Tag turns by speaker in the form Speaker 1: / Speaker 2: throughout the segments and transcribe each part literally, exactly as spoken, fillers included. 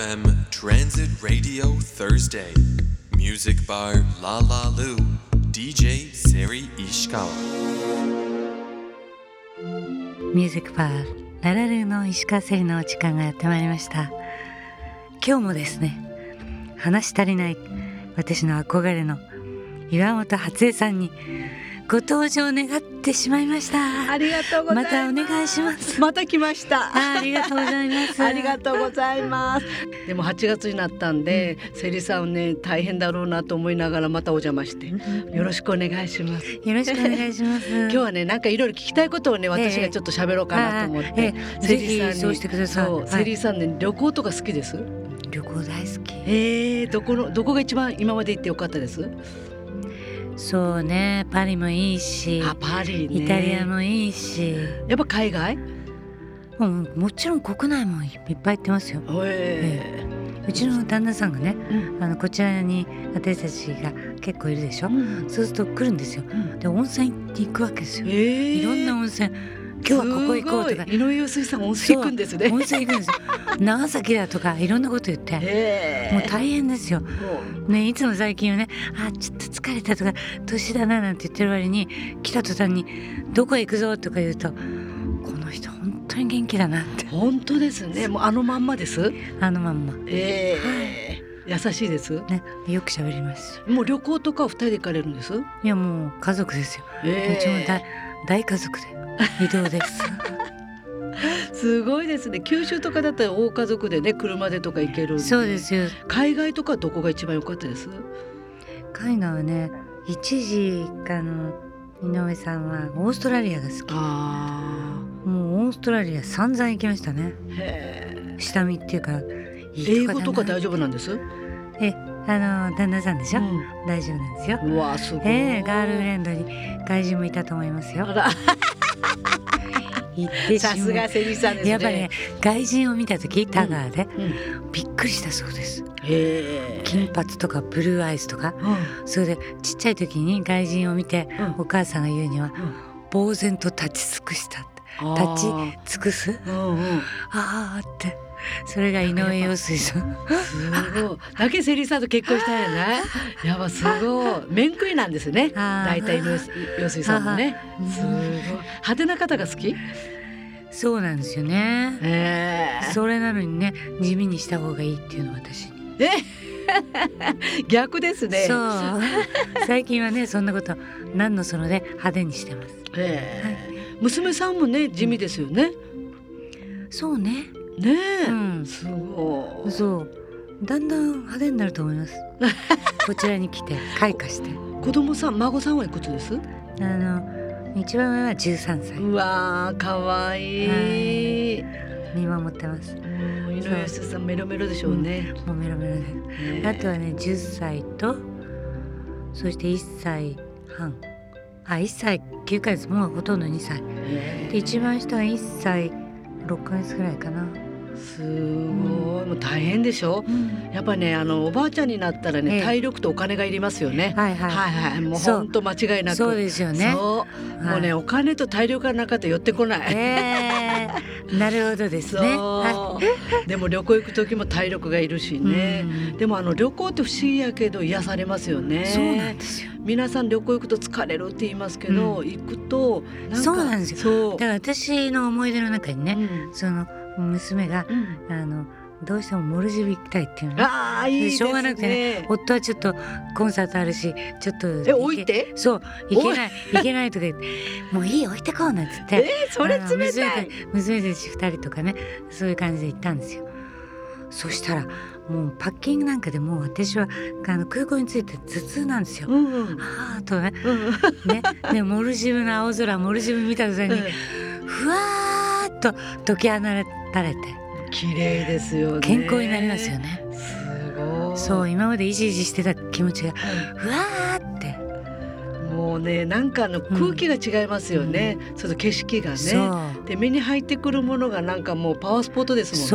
Speaker 1: エム Transit Radio Thursday Music Bar La La Lu ディージェー セリ石川
Speaker 2: ミュージックバーララルーの石川セリのお時間がやってまいりました。今日もですね、話し足りない私の憧れの岩本初江さんにご登場願ってしまいました。
Speaker 3: ありがとうございます。
Speaker 2: またお願いします。
Speaker 3: また来ました。
Speaker 2: あ, ありがとうございます。
Speaker 3: ありがとうございます。でもはちがつになったんで、うん、セリさんね大変だろうなと思いながらまたお邪魔して、うん、よろしくお願いします。
Speaker 2: よろしくお願いします。
Speaker 3: 今日はねなんかいろいろ聞きたいことをね私がちょっと喋ろうかなと思って、
Speaker 2: ええ、セリさんにそうしてください。
Speaker 3: そう、はい、セリさんね旅行とか好きです？
Speaker 2: 旅行大好き。
Speaker 3: えー、どこのどこが一番今まで行ってよかったです？
Speaker 2: そうね、パリもいいし、
Speaker 3: あパリね、
Speaker 2: イタリアもいいし、
Speaker 3: やっぱ海外？
Speaker 2: うん、もちろん国内もいっぱい行ってますよ。
Speaker 3: え
Speaker 2: ー、うちの旦那さんがね、
Speaker 3: うん、
Speaker 2: あのこちらに私たちが結構いるでしょ、うん、そうすると来るんですよ、うん、で温泉行くわけですよ、
Speaker 3: えー、
Speaker 2: いろんな温泉、今日はここ行こうとか、
Speaker 3: 井上陽水さん温泉行くんですね。
Speaker 2: 温泉行くんですよ長崎だとかいろんなこと言って、
Speaker 3: えー、
Speaker 2: もう大変ですよ、ね、いつも最近はね、あちょっと疲れたとか年だななんて言ってる割に来た途端にどこへ行くぞとか言うと、この人本当に元気だなって。
Speaker 3: 本当ですね、もうあのまんまです。
Speaker 2: あのまんま、
Speaker 3: えーはい、優しいです、
Speaker 2: ね、よく喋ります。
Speaker 3: もう旅行とかはふたりで行かれるんです？
Speaker 2: いやもう家族ですよ、
Speaker 3: えー、
Speaker 2: うちも大、大家族で移動です
Speaker 3: すごいですね。九州とかだったら大家族でね車でとか行けるんで。
Speaker 2: そうですよ。
Speaker 3: 海外とかどこが一番良かったです？
Speaker 2: 海外はね、一時あの井上さんはオーストラリアが好き。
Speaker 3: あ
Speaker 2: もうオーストラリア散々行きましたね。
Speaker 3: へ
Speaker 2: 下見っていうかいい
Speaker 3: 英語とか大丈夫なんです？
Speaker 2: えあの旦那さんでしょ、うん、大丈夫なんですよ。
Speaker 3: うわすごい、
Speaker 2: えー、ガールフレンドに外人もいたと思いますよ。
Speaker 3: あら
Speaker 2: 行ってしまう。
Speaker 3: さすがセリさんですね。
Speaker 2: やっぱりね、外人を見た時田川で、
Speaker 3: うんうん、
Speaker 2: びっくりしたそうです。
Speaker 3: へ
Speaker 2: 金髪とかブルーアイスとか、うん、それでちっちゃい時に外人を見て、うん、お母さんが言うには、うん、呆然と立ち尽くしたって、立ち尽くす、うんうん、あーってそれが井上陽水さん。
Speaker 3: すごい。だけセリさんと結婚したよね。やばすごい。面食いなんですね。だいたい井上陽水さんもね。すごい。派手な方が好き？
Speaker 2: そうなんですよね。
Speaker 3: えー、
Speaker 2: それなのにね、地味にした方がいいっていうの私に。
Speaker 3: え逆ですね。
Speaker 2: そう。最近はねそんなこと何のそので派手にしてます。
Speaker 3: えーはい、娘さんもね地味ですよね。
Speaker 2: そうね。
Speaker 3: ねえ、
Speaker 2: うん、
Speaker 3: すごい。
Speaker 2: そうだんだん派手になると思いますこちらに来て開花して。
Speaker 3: 子供さん孫さんはいくつです？
Speaker 2: あの一番上はじゅうさんさい。
Speaker 3: うわーかわいい、
Speaker 2: 見守ってます。
Speaker 3: 井上陽水さんメロメロでしょうね、
Speaker 2: うん、もうメロメロで、あとはねじゅっさいとそしていっさいはん、あいっさいきゅうかげつ、もうほとんどにさいで、一番下はいっさいろっかげつぐらいかな。
Speaker 3: すごい、うん、もう大変でしょ、うん、やっぱねあのおばあちゃんになったらね、ええ、体力とお金がいりますよね。
Speaker 2: はいはい、
Speaker 3: はいはい、もう本当間違いなく
Speaker 2: そうですよね。
Speaker 3: そう、はい、もうねお金と体力がなかったら寄ってこない、
Speaker 2: えー、なるほどですね。
Speaker 3: そうでも旅行行く時も体力がいるしね、うん、でもあの旅行って不思議やけど癒されますよね。
Speaker 2: そうなんですよ。
Speaker 3: 皆さん旅行行くと疲れるって言いますけど、うん、行くとなんか
Speaker 2: そうなんですよ。そうだから私の思い出の中にね、うん、その娘が、うん、あのどうしてもモルジブ行きたいっていうのね。
Speaker 3: ああいいですね。
Speaker 2: しょうがなくてね、夫はちょっとコンサートあるしちょっと
Speaker 3: え置いて
Speaker 2: そう行けない行けないとか言ってもういい置いてこうなんつって
Speaker 3: えー、それ冷たい。
Speaker 2: 娘たちふたりとかねそういう感じで行ったんですよ。そしたらもうパッキングなんかでもう私はあの空港に着いて頭痛なんですよ、うんうん、あーとね、うん、ねでモルジブの青空モルジブ見た途端に、うん、ふわーっと解き放たれて
Speaker 3: 綺麗ですよね。
Speaker 2: 健康になりますよね。
Speaker 3: すごい。そう
Speaker 2: 今までイジイジしてた気持ちがふわーって
Speaker 3: もうねなんかあの空気が違いますよね、うん、その景色がねで目に入ってくるものがなんかもうパワースポットですもんね。
Speaker 2: そう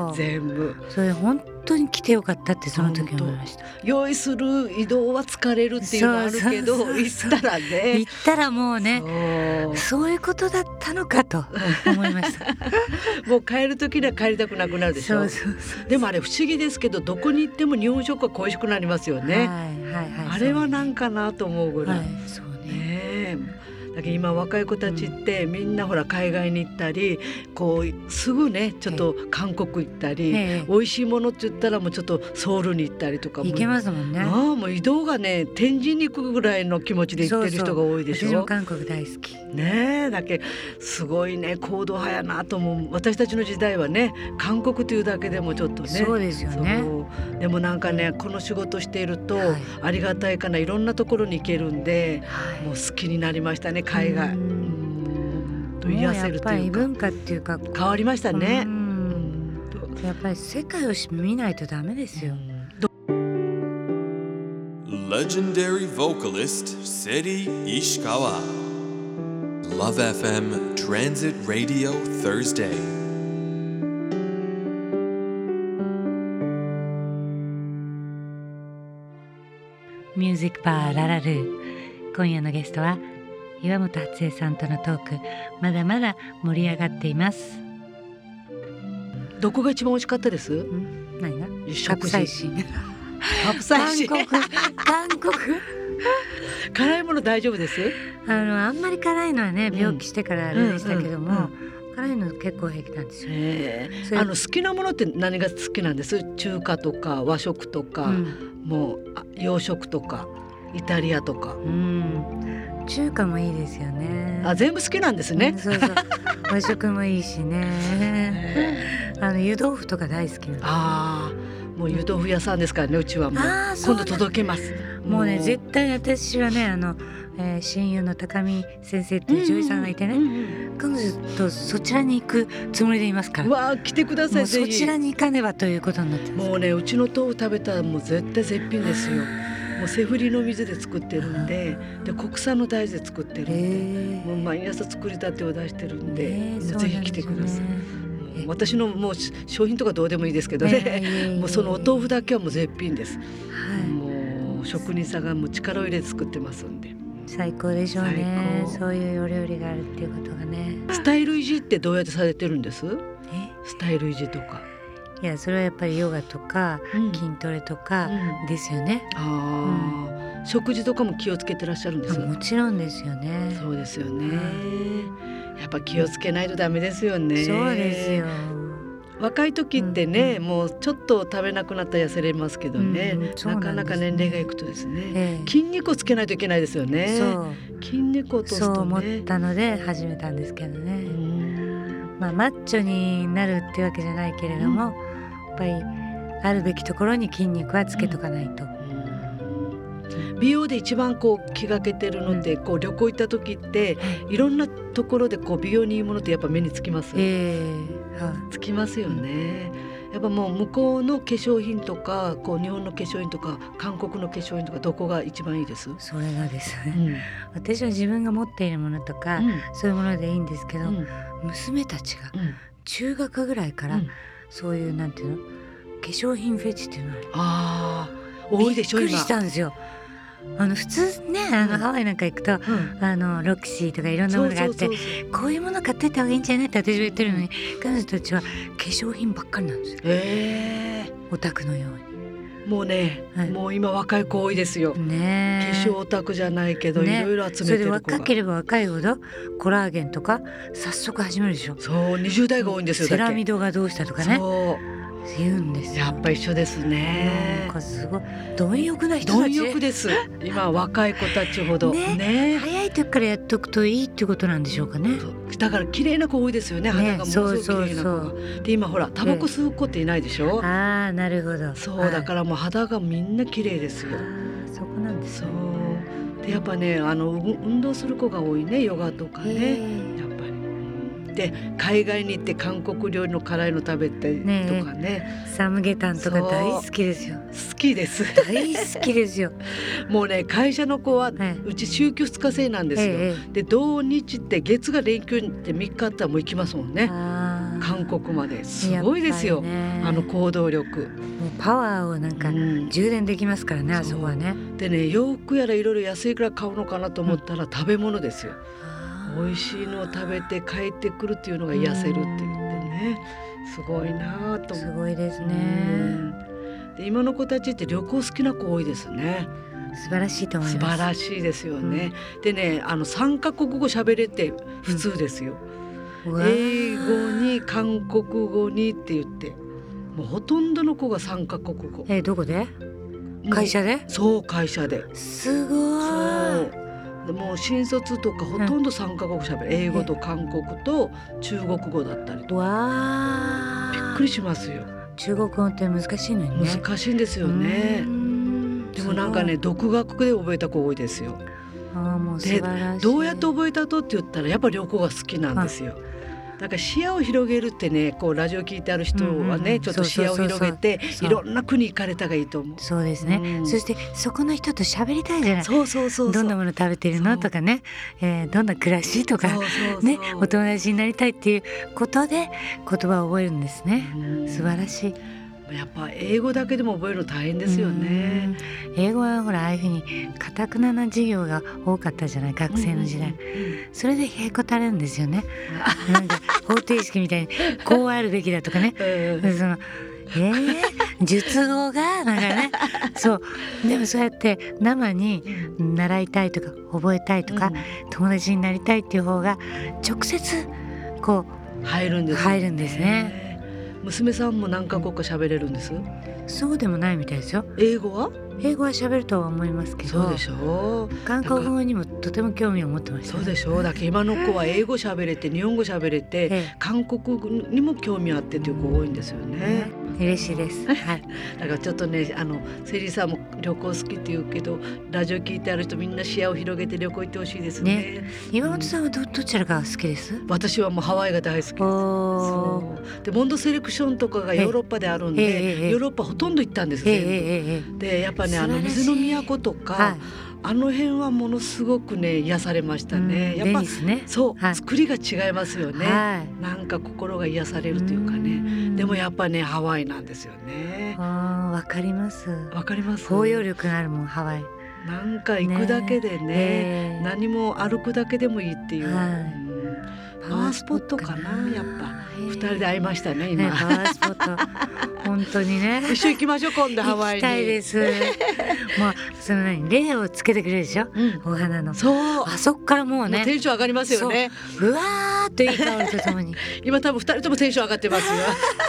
Speaker 2: そう
Speaker 3: 全部
Speaker 2: それ本当に来てよかったってその時思いました。
Speaker 3: 用意する移動は疲れるっていうのはあるけど、
Speaker 2: そうそうそう
Speaker 3: 行ったらね
Speaker 2: 行ったらもうね
Speaker 3: そう
Speaker 2: そういうことだったのかと思いました
Speaker 3: もう帰る時には帰りたくなくなるでしょ。
Speaker 2: そうそうそう
Speaker 3: でもあれ不思議ですけど、どこに行っても日本食は恋しくなりますよね、
Speaker 2: はいはいはい、
Speaker 3: あれはなんかなと思うぐらい、
Speaker 2: はい、そうね。
Speaker 3: ねえ、だけど今若い子たちってみんなほら海外に行ったり、こうすぐねちょっと韓国行ったり、
Speaker 2: ええ
Speaker 3: 美味しいものって言ったらもうちょっとソウルに行ったりとかも
Speaker 2: 行けますもんね。
Speaker 3: ああもう移動がね天神に行くぐらいの気持ちで行ってる人が多いでしょ。
Speaker 2: そうそう私も韓国大好き。
Speaker 3: ねえ、だけすごいね行動派やなと思う。私たちの時代はね韓国というだけでもちょっとね
Speaker 2: そうですよね。
Speaker 3: そうでもなんかねこの仕事していると、
Speaker 2: はい
Speaker 3: ありがたいかないろんなところに行けるんで、
Speaker 2: はい
Speaker 3: もう好きになりましたね海外。
Speaker 2: う
Speaker 3: うんんと癒せると
Speaker 2: もうやっぱり
Speaker 3: いうか
Speaker 2: 文化っていうか
Speaker 3: 変わりましたね。
Speaker 2: う
Speaker 3: うんんと
Speaker 2: やっぱり世界を見ないとダメですよ。
Speaker 1: Legendary vocalist Seri Ishikawa. Love エフエム Transit Radio Thursday.
Speaker 2: ミュージックバーララルー、今夜のゲストは岩本初江さんとのトーク、まだまだ盛り上がっています。
Speaker 3: どこが一番美味しかったです？
Speaker 2: ん何が？
Speaker 3: 食事
Speaker 2: カプサイシン
Speaker 3: カプサイシン
Speaker 2: 韓国韓国
Speaker 3: 辛いもの大丈夫です？
Speaker 2: あのあんまり辛いのはね
Speaker 3: うん
Speaker 2: 病気してからあれでしたけども、
Speaker 3: うんうん
Speaker 2: 辛いの結構平気なんですよ。
Speaker 3: え
Speaker 2: それ
Speaker 3: ー、あの好きなものって何が好きなんです？中華とか和食とか、
Speaker 2: うん
Speaker 3: もうあ洋食とかイタリアとか、
Speaker 2: うん、中華もいいですよね。
Speaker 3: あ全部好きなんですね。
Speaker 2: そうそう和食もいいしねあの湯豆腐とか大好きなんです。
Speaker 3: ああもう湯豆腐屋さんですからね、うちはもう今度
Speaker 2: あーそうなんだ
Speaker 3: 届けます。
Speaker 2: もうね
Speaker 3: ん
Speaker 2: 絶対私はねあの、えー親友の高見先生っていう女優さんがいてね、
Speaker 3: うんうん
Speaker 2: 彼女とそちらに行くつもりでいますから、
Speaker 3: うわー来てくださ
Speaker 2: も
Speaker 3: いうぜひ。
Speaker 2: そちらに行かねばということになってます。
Speaker 3: もうねうちの豆腐食べたらもう絶対絶品ですよ。もうセフリの水で作ってるんで、で国産の大豆で作ってるんで、
Speaker 2: へ
Speaker 3: もう毎朝作りたてを出してるんで、
Speaker 2: え
Speaker 3: もうぜひ来てください。
Speaker 2: え
Speaker 3: うん私のもうし商品とかどうでもいいですけどね、
Speaker 2: ええ
Speaker 3: もうそのお豆腐だけはもう絶品です。
Speaker 2: はい
Speaker 3: もう職人さんがもう力を入れて作ってますんで。
Speaker 2: 最高でしょうね
Speaker 3: 最高
Speaker 2: そういうお料理があるっていうことがね。
Speaker 3: スタイル維持ってどうやってされてるんです？
Speaker 2: え
Speaker 3: スタイル維持とか。
Speaker 2: いやそれはやっぱりヨガとか
Speaker 3: うん
Speaker 2: 筋トレとか
Speaker 3: うん
Speaker 2: ですよね。
Speaker 3: ああ、食事とかも気をつけてらっしゃるんです？
Speaker 2: もちろんですよね。
Speaker 3: そうですよね。やっぱ気をつけないとダメですよね。
Speaker 2: そうですよ。
Speaker 3: 若い時ってね、
Speaker 2: うん
Speaker 3: もうちょっと食べなくなったら痩せれますけどね、
Speaker 2: うんそう
Speaker 3: なかなか
Speaker 2: なんですね
Speaker 3: 年齢がいくとですね、
Speaker 2: ええ
Speaker 3: 筋肉をつけないといけないですよね。
Speaker 2: そう
Speaker 3: 筋肉を落とす
Speaker 2: そう思っ
Speaker 3: とね。
Speaker 2: たので始めたんですけど
Speaker 3: う
Speaker 2: ね。
Speaker 3: ん
Speaker 2: まあマッチョになるってわけじゃないけれども、やっぱりあるべきところに筋肉はつけとかないと。
Speaker 3: 美容で一番こう気がけてるのって、こう旅行行った時っていろんなところでこう美容にいいものってやっぱ目につきます？
Speaker 2: ええは
Speaker 3: つきますよね。やっぱもう向こうの化粧品とかこう日本の化粧品とか韓国の化粧品とかどこが一番いいです？
Speaker 2: いそれがです
Speaker 3: う
Speaker 2: ね、
Speaker 3: ん
Speaker 2: 私は自分が持っているものとか、
Speaker 3: うん
Speaker 2: そういうものでいいんですけど、
Speaker 3: うん
Speaker 2: 娘たちが
Speaker 3: うん
Speaker 2: 中学ぐらいから、
Speaker 3: うん
Speaker 2: そういうなんていうの化粧品フェチっていうのが
Speaker 3: ああ多いでしょ今
Speaker 2: びっくりし。たんですよ。あの普通ねあの、
Speaker 3: うん
Speaker 2: ハワイなんか行くと
Speaker 3: うん
Speaker 2: あのロキシーとかいろんなものがあって
Speaker 3: そうそうそう
Speaker 2: こういうもの買ってった方がいいんじゃないって私は言ってるのに、彼女たちは化粧品ばっかりなんですよ。
Speaker 3: え
Speaker 2: オタクのよう
Speaker 3: ー、もうね、
Speaker 2: はい
Speaker 3: もう今若い子多いですよ。
Speaker 2: にね
Speaker 3: 化粧オタクじゃないけど、
Speaker 2: ね
Speaker 3: いろいろ集
Speaker 2: それで
Speaker 3: めてる子が。
Speaker 2: 若ければ若いほどコラーゲンとか早速始めるでしょ。
Speaker 3: そうにじゅう代が多いんですよ。
Speaker 2: セラミ
Speaker 3: ド
Speaker 2: ドがどうしたとかね
Speaker 3: そう
Speaker 2: 言うんですよ。
Speaker 3: やっぱ一緒です
Speaker 2: なん
Speaker 3: ね。
Speaker 2: かすごい貪欲な人たち
Speaker 3: 貪欲です。今若い子たちほど
Speaker 2: ね
Speaker 3: ね。
Speaker 2: 早い時からやっとくといいってことなんでしょうかね。
Speaker 3: だから綺麗な子多いですよね。
Speaker 2: ね
Speaker 3: 肌がものすごく綺麗な子が。
Speaker 2: そう
Speaker 3: で今ほらタバコ吸う子っていないでしょ。
Speaker 2: ああなるほど。
Speaker 3: そうだかららもう肌がみんな綺麗ですよ。
Speaker 2: そこなんです
Speaker 3: そ
Speaker 2: ね。
Speaker 3: うでやっぱねあのう運動する子が多いね、ヨガとか
Speaker 2: へ
Speaker 3: ね。
Speaker 2: え
Speaker 3: やっぱり。で海外に行って韓国料理の辛いの食べたりとかね。
Speaker 2: サムゲタンとか
Speaker 3: そう
Speaker 2: 大好きですよ。
Speaker 3: 好きです。
Speaker 2: 大好きですよ。
Speaker 3: もうね会社の子は、
Speaker 2: はいう
Speaker 3: ち週休ふつか制なんですよ。
Speaker 2: ええ
Speaker 3: で土日って月が連休ってみっかあったらもう行きますもんね。
Speaker 2: あ
Speaker 3: 韓国まですごいですよ、ね、あの行動力。
Speaker 2: もうパワーをなんか充電できますからね、うん、あそこはね。
Speaker 3: でね、洋服やらいろいろ安いから買うのかなと思ったら、うん、食べ物ですよ。美味しいのを食べて帰ってくるっていうのが癒せるって言ってね、すごいなと思う。
Speaker 2: すごいですね。
Speaker 3: で今の子たちって旅行好きな子多いですね。
Speaker 2: 素晴らしいと思います。
Speaker 3: 素晴らしいですよね、うん、でね、あのさんカ国語喋れて普通ですよ、うん、英語に韓国語にって言ってもうほとんどの子がさんカ国語。
Speaker 2: えー、どこで？会社で？
Speaker 3: そう、会社で。
Speaker 2: すごい。
Speaker 3: そうもう新卒とかほとんどさんカ国喋る、うん、英語と韓国と中国語だったりとか。
Speaker 2: わ
Speaker 3: びっくりしますよ。
Speaker 2: 中国語って難しいのにね。
Speaker 3: 難しいんですよね。でもなんかね、独学で覚えた子多いですよ。
Speaker 2: あ、もう素晴らしい。
Speaker 3: でどうやって覚えたとって言ったらやっぱり旅行が好きなんですよ。だから視野を広げるってね、こうラジオ聞いてある人はね、うんうん、ちょっと視野を広げていろんな国行かれたがいいと思う。
Speaker 2: そうですね、うん、そしてそこの人と喋りたいじゃない。
Speaker 3: そうそうそうそう、
Speaker 2: どんなもの食べてるのとかね、えー、どんな暮らしとか
Speaker 3: そうそうそう
Speaker 2: ね、お友達になりたいっていうことで言葉を覚えるんですね。素晴らしい。
Speaker 3: やっぱ英語だけでも覚えるの大変ですよね。
Speaker 2: 英語はほらああいうふうにカタクナな授業が多かったじゃない、学生の時代、うんうんうん、それでへこたれるんですよね。なんか方程式みたいにこうあるべきだとかね、うん、そのえー、述語がなんかねそうでもそうやって生に習いたいとか覚えたいとか、うん、友達になりたいっていう方が直接こう
Speaker 3: 入るんです、ね、
Speaker 2: 入るんですね。
Speaker 3: 娘さんも何カ国か喋れるんです？
Speaker 2: そうでもないみたいですよ。
Speaker 3: 英語は？
Speaker 2: 英語は喋るとは思いますけど。
Speaker 3: そうでしょう。
Speaker 2: 韓国語にもとても興味を持ってました、ね。
Speaker 3: そうでしょう。だから今の子は英語喋れて日本語喋れて、ええ、韓国語にも興味あってという子多いんですよね。
Speaker 2: 嬉しいです。はい。
Speaker 3: だからちょっとね、あのセリーさんも旅行好きって言うけど、ラジオ聞いてある人みんな視野を広げて旅行行ってほしいですね。ね、
Speaker 2: 岩本さんは ど, どちらが好きです？
Speaker 3: 私はもうハワイが大好きです。そうでモンドセレクションとかがヨーロッパであるんで、えええ、ヨーロッパほとんど行ったんですね。ええ、でやっぱね、あの水の都とか、はい、あの辺はものすごくね癒されましたね。やっぱ、ね、そう、はい、作りが違いますよね、はい、なんか心が癒されるというかね。でもやっぱねハワイなんですよね。
Speaker 2: あ、わかります。
Speaker 3: わかります。
Speaker 2: 包容力があるもんハワイ。
Speaker 3: なんか行くだけで ね, ね何も歩くだけでもいいっていう、はい、うん、パワースポットかな。やっぱ二人で会いましたね今、ね、
Speaker 2: パワースポット本当にね
Speaker 3: 一緒行きましょう今度ハワイに。
Speaker 2: 行きたいです。もうその何例をつけてくれるでしょ、うん、お花の。そうあそこからもうね
Speaker 3: もうテンション上がりますよね。
Speaker 2: うわーっといい香りとともに
Speaker 3: 今多分二人ともテンション上がってますよ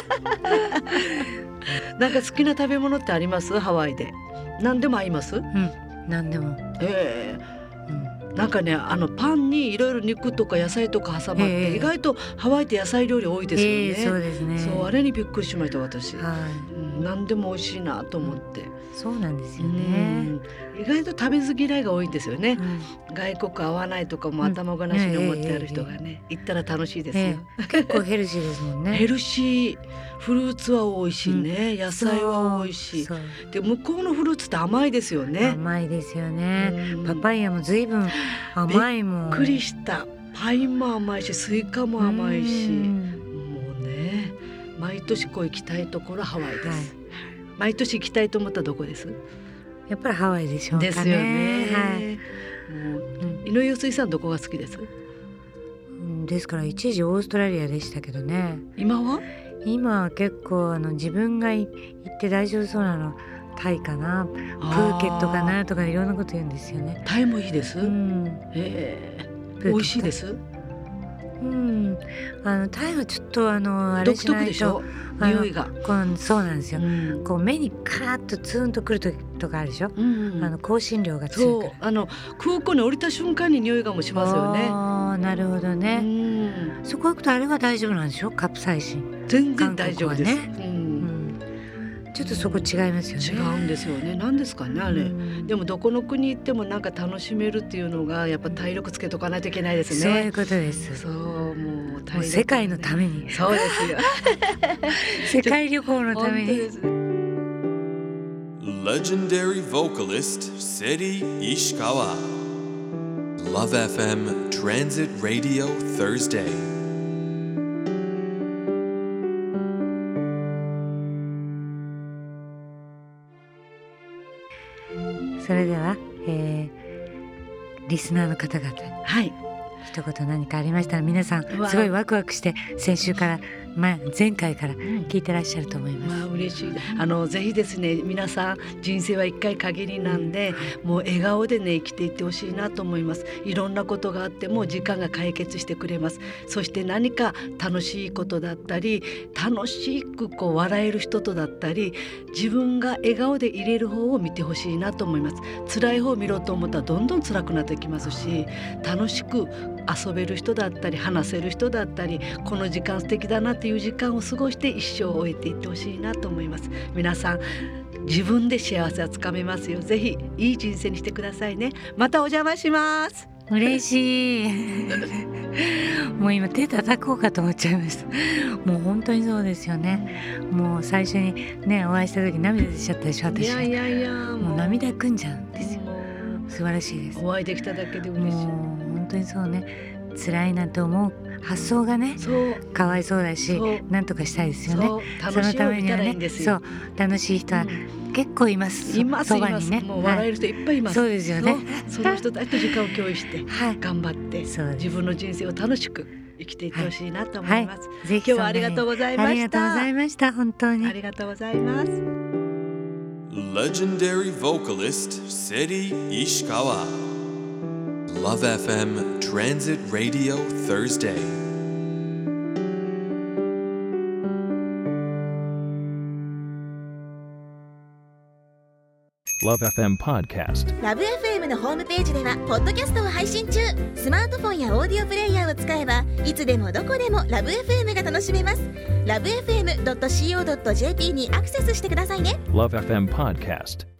Speaker 3: なんか好きな食べ物ってあります？ハワイで何でも合います？うん、
Speaker 2: 何でも。
Speaker 3: えーなんかね、あのパンにいろいろ肉とか野菜とか挟まって、えー、意外とハワイって野菜料理多いですよね、
Speaker 2: えー、そうですね。
Speaker 3: そうあれにびっくりしました私、はい、うん、何でも美味しいなと思って、
Speaker 2: うん、そうなんですよね。
Speaker 3: 意外と食べず嫌いが多いんですよね、うん、外国合わないとかも頭ごなしに思ってある人がね、うんえーえー、行ったら楽しいですよ、え
Speaker 2: ー、結構ヘルシーですもんね
Speaker 3: ヘルシーフルーツは多いしね、うん、野菜は多いし、で向こうのフルーツって甘いですよね。
Speaker 2: 甘いですよね、うん、パパイヤも随分甘いもん。
Speaker 3: びっくりした。パインも甘いしスイカも甘いし、もうね毎年こう行きたいところハワイです、はい、毎年行きたいと思ったらどこです？
Speaker 2: やっぱりハワイでしょうかね。
Speaker 3: ですよね、はい、もう、うん、井上陽水さんどこが好きです？
Speaker 2: ですから一時オーストラリアでしたけどね。
Speaker 3: 今は？
Speaker 2: 今は結構あの自分が行って大丈夫そうなのタイかな、プーケットかなとかいろんなこと言うんですよね。
Speaker 3: タイもいいです、うん、えー、美味しいです。
Speaker 2: うん、あのタイはちょっとあのあれしないと
Speaker 3: 独特でしょ、匂いが。
Speaker 2: こうそうなんですよ、うん、こう目にカーッとツーンとくる時とかあるでしょ、うんうん、あの香辛料が強いから。
Speaker 3: そうあの空港に降りた瞬間に匂いがもしますよね。
Speaker 2: ああ、なるほどね、うん、そこ行くとあれが大丈夫なんでしょ、カプサイシン。
Speaker 3: 全然大丈夫です、ね、うん
Speaker 2: うん、ちょっとそこ違いますよね。
Speaker 3: 違うんですよね。何ですかねあれ、うん、でもどこの国行ってもなんか楽しめるっていうのがやっぱ体力つけとかないといけないですね。
Speaker 2: そういうことです。
Speaker 3: そうもう体力、
Speaker 2: もう世界のために。
Speaker 3: そうですよ
Speaker 2: 世界旅行のために。
Speaker 1: Legendary vocalist Seri Ishikawa. Love エフエム Transit Radio Thursday.
Speaker 2: それでは、えー、リスナーの方々、
Speaker 3: はい、
Speaker 2: 一言何かありましたら、皆さんすごいワクワクして先週から、まあ、前回から聞いてらっしゃると思います、
Speaker 3: うん、まあ嬉しい。あのぜひですね、皆さん人生は一回限りなんで、うん、もう笑顔でね生きていってほしいなと思います。いろんなことがあっても時間が解決してくれます。そして何か楽しいことだったり、楽しくこう笑える人とだったり、自分が笑顔でいれる方を見てほしいなと思います。辛い方を見ろと思ったらどんどん辛くなってきますし、楽しく遊べる人だったり話せる人だったり、この時間素敵だなっていう時間を過ごして一生を終えていってほしいなと思います。皆さん自分で幸せはつかめますよ。ぜひいい人生にしてくださいね。またお邪魔します。
Speaker 2: 嬉しいもう今手叩こうかと思っちゃいました。もう本当にそうですよね。もう最初にねお会いした時涙出ちゃったでしょ。私
Speaker 3: いやいやいや、
Speaker 2: もう涙ぐんじゃうんですよ。素晴らしいです。
Speaker 3: お会いできただけで嬉しい。
Speaker 2: もう本当にそうね。辛いなと思う発想がね、そうかわいそうだし、なんとかしたいですよね。
Speaker 3: そう楽しいを見たらいいんですよ。
Speaker 2: そう楽しい人は結構います。
Speaker 3: いますいます。もう笑える人いっぱいいます。
Speaker 2: そうですよね。
Speaker 3: その人たちと時間を共有して頑張って自分の人生を楽しく生きていってほしいなと思います。今日はありがとうございました。
Speaker 2: ありがとうございました。本当に
Speaker 3: ありがとうございます。
Speaker 1: Legendary vocalist Seri Ishikawa.Love エフエム Transit Radio Thursday.
Speaker 4: Love エフエム Podcast。
Speaker 5: ラブ エフエム のホームページではポッドキャストを配信中。スマートフォンやオーディオプレイヤーを使えばいつでもどこでもラブ エフエム が楽しめます。ラブエフエムドットシーオードットジェーピー にアクセスしてくださいね。
Speaker 4: Love エフエム Podcast。